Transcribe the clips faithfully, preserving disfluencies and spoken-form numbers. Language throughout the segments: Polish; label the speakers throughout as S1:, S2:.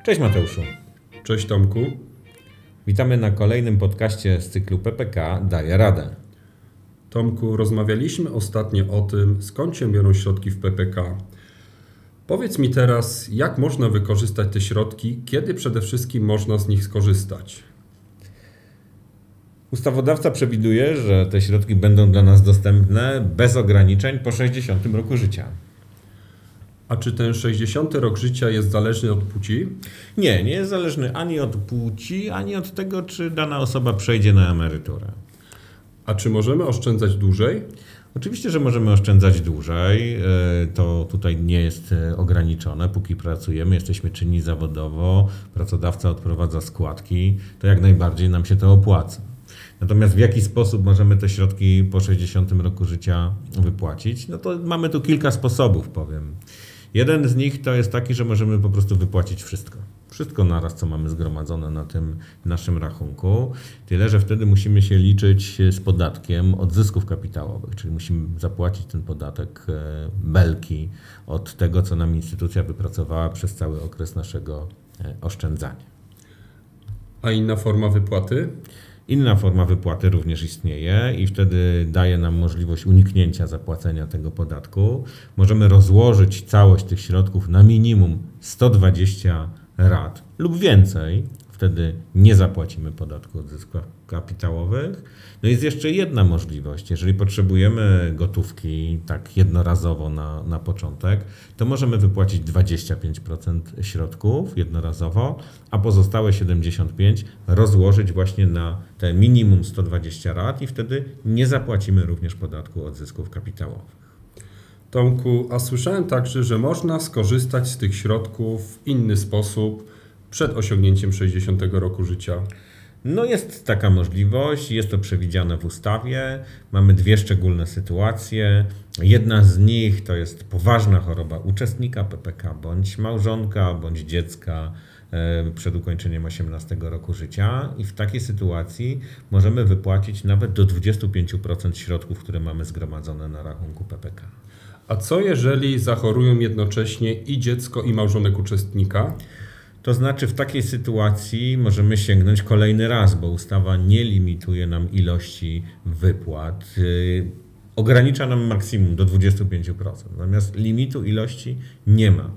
S1: Cześć Mateuszu.
S2: Cześć Tomku.
S1: Witamy na kolejnym podcaście z cyklu P P K Daje Radę.
S2: Tomku, rozmawialiśmy ostatnio o tym, skąd się biorą środki w P P K. Powiedz mi teraz, jak można wykorzystać te środki, kiedy przede wszystkim można z nich skorzystać?
S1: Ustawodawca przewiduje, że te środki będą dla nas dostępne bez ograniczeń po sześćdziesiątym roku życia.
S2: A czy ten sześćdziesiąty rok życia jest zależny od płci?
S1: Nie, nie jest zależny ani od płci, ani od tego, czy dana osoba przejdzie na emeryturę.
S2: A czy możemy oszczędzać dłużej?
S1: Oczywiście, że możemy oszczędzać dłużej, to tutaj nie jest ograniczone, póki pracujemy, jesteśmy czynni zawodowo, pracodawca odprowadza składki, to jak najbardziej nam się to opłaca. Natomiast w jaki sposób możemy te środki po sześćdziesiątym roku życia wypłacić? No to mamy tu kilka sposobów, powiem. Jeden z nich to jest taki, że możemy po prostu wypłacić wszystko. Wszystko naraz, co mamy zgromadzone na tym naszym rachunku. Tyle, że wtedy musimy się liczyć z podatkiem od zysków kapitałowych, czyli musimy zapłacić ten podatek belki od tego, co nam instytucja wypracowała przez cały okres naszego oszczędzania.
S2: A inna forma wypłaty?
S1: Inna forma wypłaty również istnieje i wtedy daje nam możliwość uniknięcia zapłacenia tego podatku. Możemy rozłożyć całość tych środków na minimum sto dwadzieścia rat lub więcej. Wtedy nie zapłacimy podatku od zysków kapitałowych. No i jest jeszcze jedna możliwość. Jeżeli potrzebujemy gotówki tak jednorazowo na, na początek, to możemy wypłacić dwadzieścia pięć procent środków jednorazowo, a pozostałe siedemdziesiąt pięć procent rozłożyć właśnie na te minimum sto dwadzieścia rat i wtedy nie zapłacimy również podatku od zysków kapitałowych.
S2: Tomku, a słyszałem także, że można skorzystać z tych środków w inny sposób przed osiągnięciem sześćdziesiątego roku życia.
S1: No jest taka możliwość, jest to przewidziane w ustawie. Mamy dwie szczególne sytuacje. Jedna z nich to jest poważna choroba uczestnika P P K, bądź małżonka, bądź dziecka przed ukończeniem osiemnastego roku życia i w takiej sytuacji możemy wypłacić nawet do dwadzieścia pięć procent środków, które mamy zgromadzone na rachunku P P K.
S2: A co jeżeli zachorują jednocześnie i dziecko, i małżonek uczestnika?
S1: To znaczy w takiej sytuacji możemy sięgnąć kolejny raz, bo ustawa nie limituje nam ilości wypłat. Yy, ogranicza nam maksimum do dwadzieścia pięć procent, natomiast limitu ilości nie ma.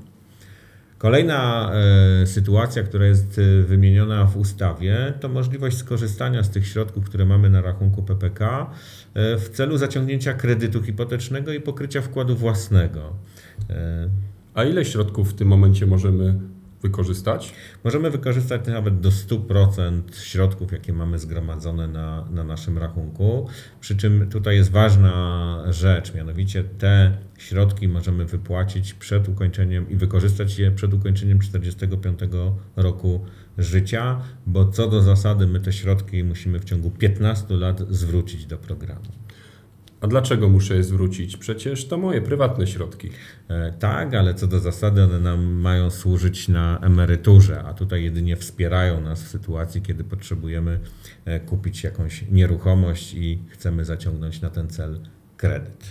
S1: Kolejna y, sytuacja, która jest y, wymieniona w ustawie, to możliwość skorzystania z tych środków, które mamy na rachunku P P K y, w celu zaciągnięcia kredytu hipotecznego i pokrycia wkładu własnego. Y,
S2: A ile środków w tym momencie możemy wykorzystać?
S1: Możemy wykorzystać nawet do stu procent środków, jakie mamy zgromadzone na, na naszym rachunku. Przy czym tutaj jest ważna rzecz, mianowicie te środki możemy wypłacić przed ukończeniem i wykorzystać je przed ukończeniem czterdziestego piątego roku życia, bo co do zasady my te środki musimy w ciągu piętnastu lat zwrócić do programu.
S2: A dlaczego muszę je zwrócić? Przecież to moje prywatne środki.
S1: E, tak, ale co do zasady one nam mają służyć na emeryturze, a tutaj jedynie wspierają nas w sytuacji, kiedy potrzebujemy e, kupić jakąś nieruchomość i chcemy zaciągnąć na ten cel kredyt.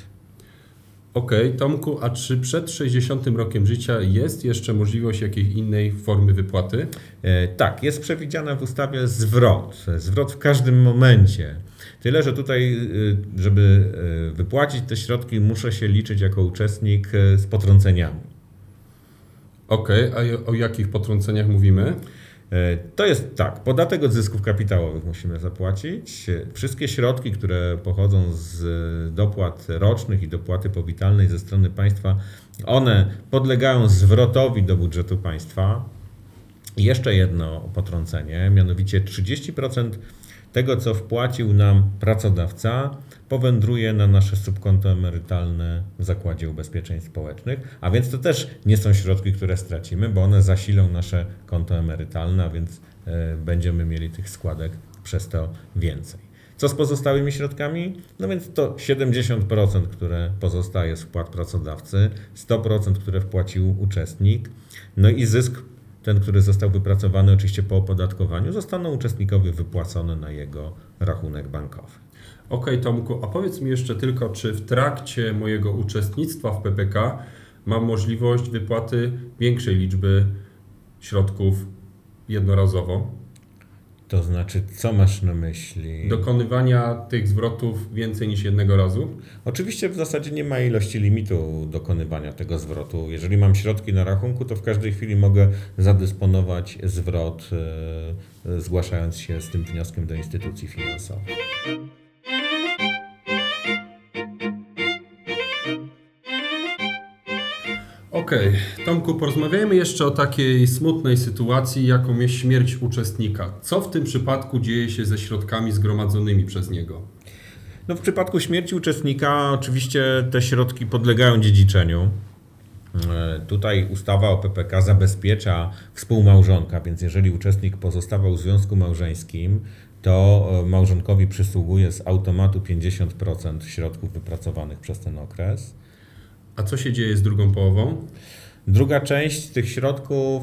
S2: Okej, okay, Tomku, a czy przed sześćdziesiątym rokiem życia jest jeszcze możliwość jakiejś innej formy wypłaty?
S1: E, tak, jest przewidziana w ustawie zwrot. Zwrot w każdym momencie. Tyle, że tutaj, żeby wypłacić te środki, muszę się liczyć jako uczestnik z potrąceniami.
S2: Okej, okay, a o jakich potrąceniach mówimy?
S1: To jest tak, podatek od zysków kapitałowych musimy zapłacić. Wszystkie środki, które pochodzą z dopłat rocznych i dopłaty powitalnej ze strony państwa, one podlegają zwrotowi do budżetu państwa. I jeszcze jedno potrącenie, mianowicie trzydzieści procent tego, co wpłacił nam pracodawca, powędruje na nasze subkonto emerytalne w Zakładzie Ubezpieczeń Społecznych, a więc to też nie są środki, które stracimy, bo one zasilą nasze konto emerytalne, a więc y, będziemy mieli tych składek przez to więcej. Co z pozostałymi środkami? No więc to siedemdziesiąt procent, które pozostaje z wpłat pracodawcy, sto procent, które wpłacił uczestnik, no i zysk ten, który został wypracowany oczywiście po opodatkowaniu, zostaną uczestnikowi wypłacone na jego rachunek bankowy.
S2: Okej, okay, Tomku, a powiedz mi jeszcze tylko, czy w trakcie mojego uczestnictwa w P P K mam możliwość wypłaty większej liczby środków jednorazowo.
S1: To znaczy, co masz na myśli?
S2: Dokonywania tych zwrotów więcej niż jednego razu?
S1: Oczywiście w zasadzie nie ma ilości limitu dokonywania tego zwrotu. Jeżeli mam środki na rachunku, to w każdej chwili mogę zadysponować zwrot, e, zgłaszając się z tym wnioskiem do instytucji finansowej.
S2: Okej, okay. Tomku, porozmawiajmy jeszcze o takiej smutnej sytuacji, jaką jest śmierć uczestnika. Co w tym przypadku dzieje się ze środkami zgromadzonymi przez niego?
S1: No, w przypadku śmierci uczestnika oczywiście te środki podlegają dziedziczeniu. Tutaj ustawa o P P K zabezpiecza współmałżonka, więc jeżeli uczestnik pozostawał w związku małżeńskim, to małżonkowi przysługuje z automatu pięćdziesiąt procent środków wypracowanych przez ten okres.
S2: A co się dzieje z drugą połową?
S1: Druga część tych środków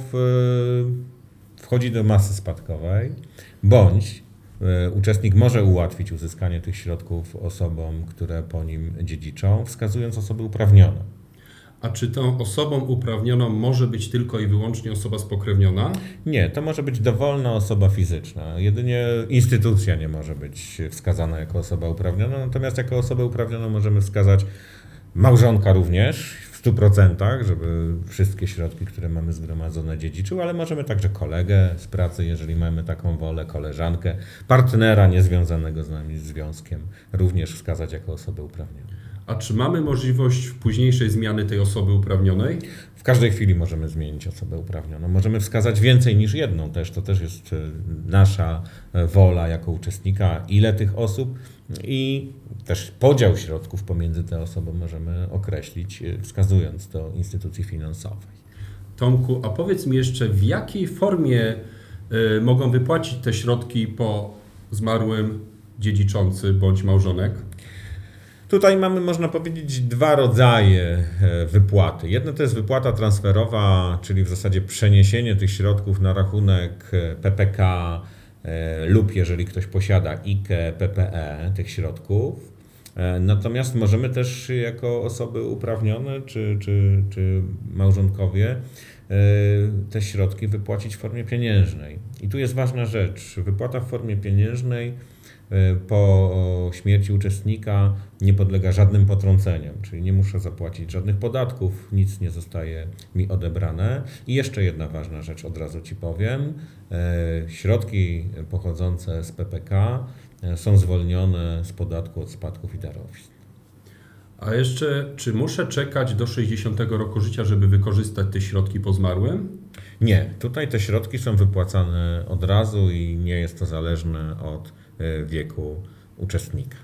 S1: wchodzi do masy spadkowej, bądź uczestnik może ułatwić uzyskanie tych środków osobom, które po nim dziedziczą, wskazując osoby uprawnione.
S2: A czy tą osobą uprawnioną może być tylko i wyłącznie osoba spokrewniona?
S1: Nie, to może być dowolna osoba fizyczna. Jedynie instytucja nie może być wskazana jako osoba uprawniona, natomiast jako osobę uprawnioną możemy wskazać małżonka również w stu procentach, żeby wszystkie środki, które mamy zgromadzone, dziedziczył, ale możemy także kolegę z pracy, jeżeli mamy taką wolę, koleżankę, partnera niezwiązanego z nami związkiem, również wskazać jako osobę uprawnioną.
S2: A czy mamy możliwość późniejszej zmiany tej osoby uprawnionej?
S1: W każdej chwili możemy zmienić osobę uprawnioną. Możemy wskazać więcej niż jedną też. To też jest nasza wola jako uczestnika, ile tych osób i też podział środków pomiędzy te osoby możemy określić, wskazując do instytucji finansowej.
S2: Tomku, a powiedz mi jeszcze, w jakiej formie y, mogą wypłacić te środki po zmarłym dziedziczący bądź małżonek?
S1: Tutaj mamy, można powiedzieć, dwa rodzaje wypłaty. Jedno to jest wypłata transferowa, czyli w zasadzie przeniesienie tych środków na rachunek P P K lub jeżeli ktoś posiada I K E, P P E tych środków. Natomiast możemy też jako osoby uprawnione czy, czy, czy małżonkowie te środki wypłacić w formie pieniężnej. I tu jest ważna rzecz. Wypłata w formie pieniężnej po śmierci uczestnika nie podlega żadnym potrąceniom, czyli nie muszę zapłacić żadnych podatków, nic nie zostaje mi odebrane. I jeszcze jedna ważna rzecz, od razu Ci powiem. Środki pochodzące z P P K są zwolnione z podatku od spadków i darowizn.
S2: A jeszcze, czy muszę czekać do sześćdziesiątego roku życia, żeby wykorzystać te środki po zmarłym?
S1: Nie, tutaj te środki są wypłacane od razu i nie jest to zależne od wieku uczestnika.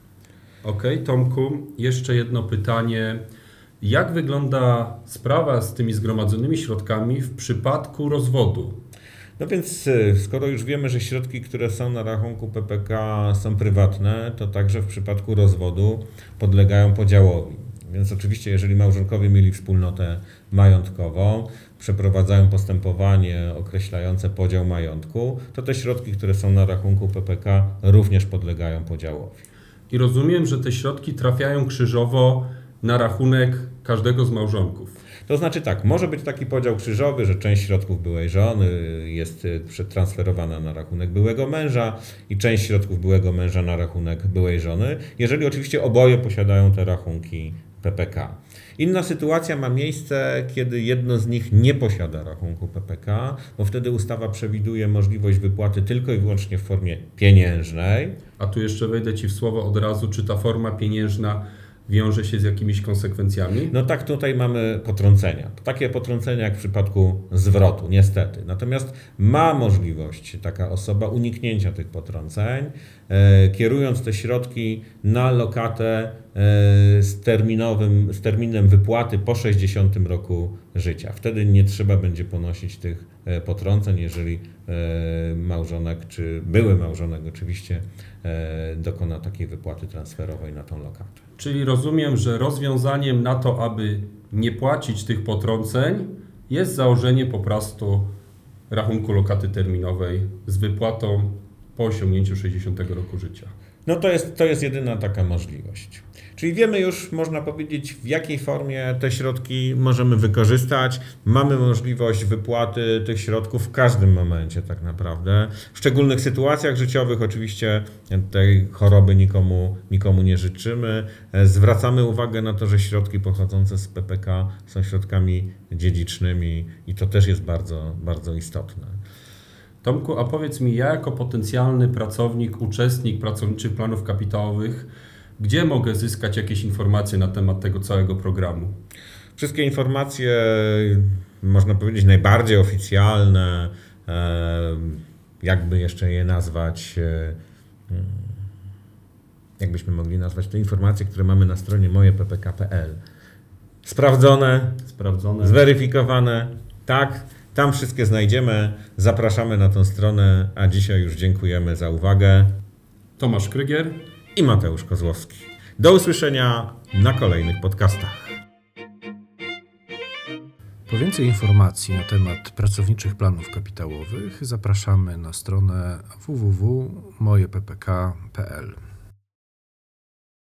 S2: Okej, okay, Tomku, jeszcze jedno pytanie. Jak wygląda sprawa z tymi zgromadzonymi środkami w przypadku rozwodu?
S1: No więc skoro już wiemy, że środki, które są na rachunku P P K są prywatne, to także w przypadku rozwodu podlegają podziałowi. Więc oczywiście, jeżeli małżonkowie mieli wspólnotę majątkową, przeprowadzają postępowanie określające podział majątku, to te środki, które są na rachunku P P K również podlegają podziałowi.
S2: I rozumiem, że te środki trafiają krzyżowo na rachunek każdego z małżonków.
S1: To znaczy tak, może być taki podział krzyżowy, że część środków byłej żony jest przetransferowana na rachunek byłego męża i część środków byłego męża na rachunek byłej żony, jeżeli oczywiście oboje posiadają te rachunki P P K. Inna sytuacja ma miejsce, kiedy jedno z nich nie posiada rachunku P P K, bo wtedy ustawa przewiduje możliwość wypłaty tylko i wyłącznie w formie pieniężnej.
S2: A tu jeszcze wejdę Ci w słowo od razu, czy ta forma pieniężna wiąże się z jakimiś konsekwencjami?
S1: No tak, tutaj mamy potrącenia. Takie potrącenia jak w przypadku zwrotu, niestety. Natomiast ma możliwość taka osoba uniknięcia tych potrąceń, e, kierując te środki na lokatę e, z, terminowym, z terminem wypłaty po sześćdziesiątym roku życia. Wtedy nie trzeba będzie ponosić tych e, potrąceń, jeżeli e, małżonek, czy były małżonek oczywiście, e, dokona takiej wypłaty transferowej na tą lokatę.
S2: Czyli rozumiem, że rozwiązaniem na to, aby nie płacić tych potrąceń, jest założenie po prostu rachunku lokaty terminowej z wypłatą po osiągnięciu sześćdziesiątego roku życia.
S1: No to jest, to jest jedyna taka możliwość. Czyli wiemy już, można powiedzieć, w jakiej formie te środki możemy wykorzystać. Mamy możliwość wypłaty tych środków w każdym momencie tak naprawdę. W szczególnych sytuacjach życiowych oczywiście tej choroby nikomu, nikomu nie życzymy. Zwracamy uwagę na to, że środki pochodzące z P P K są środkami dziedzicznymi i to też jest bardzo, bardzo istotne.
S2: Tomku, a powiedz mi, ja jako potencjalny pracownik, uczestnik pracowniczych planów kapitałowych, gdzie mogę zyskać jakieś informacje na temat tego całego programu?
S1: Wszystkie informacje, można powiedzieć, najbardziej oficjalne, jakby jeszcze je nazwać, jakbyśmy mogli nazwać te informacje, które mamy na stronie moje p p k kropka p l. Sprawdzone,
S2: Sprawdzone,
S1: zweryfikowane, tak, tam wszystkie znajdziemy. Zapraszamy na tę stronę, a dzisiaj już dziękujemy za uwagę.
S2: Tomasz Krygier
S1: I Mateusz Kozłowski. Do usłyszenia na kolejnych podcastach.
S3: Po więcej informacji na temat pracowniczych planów kapitałowych zapraszamy na stronę w w w kropka moje p p k kropka p l.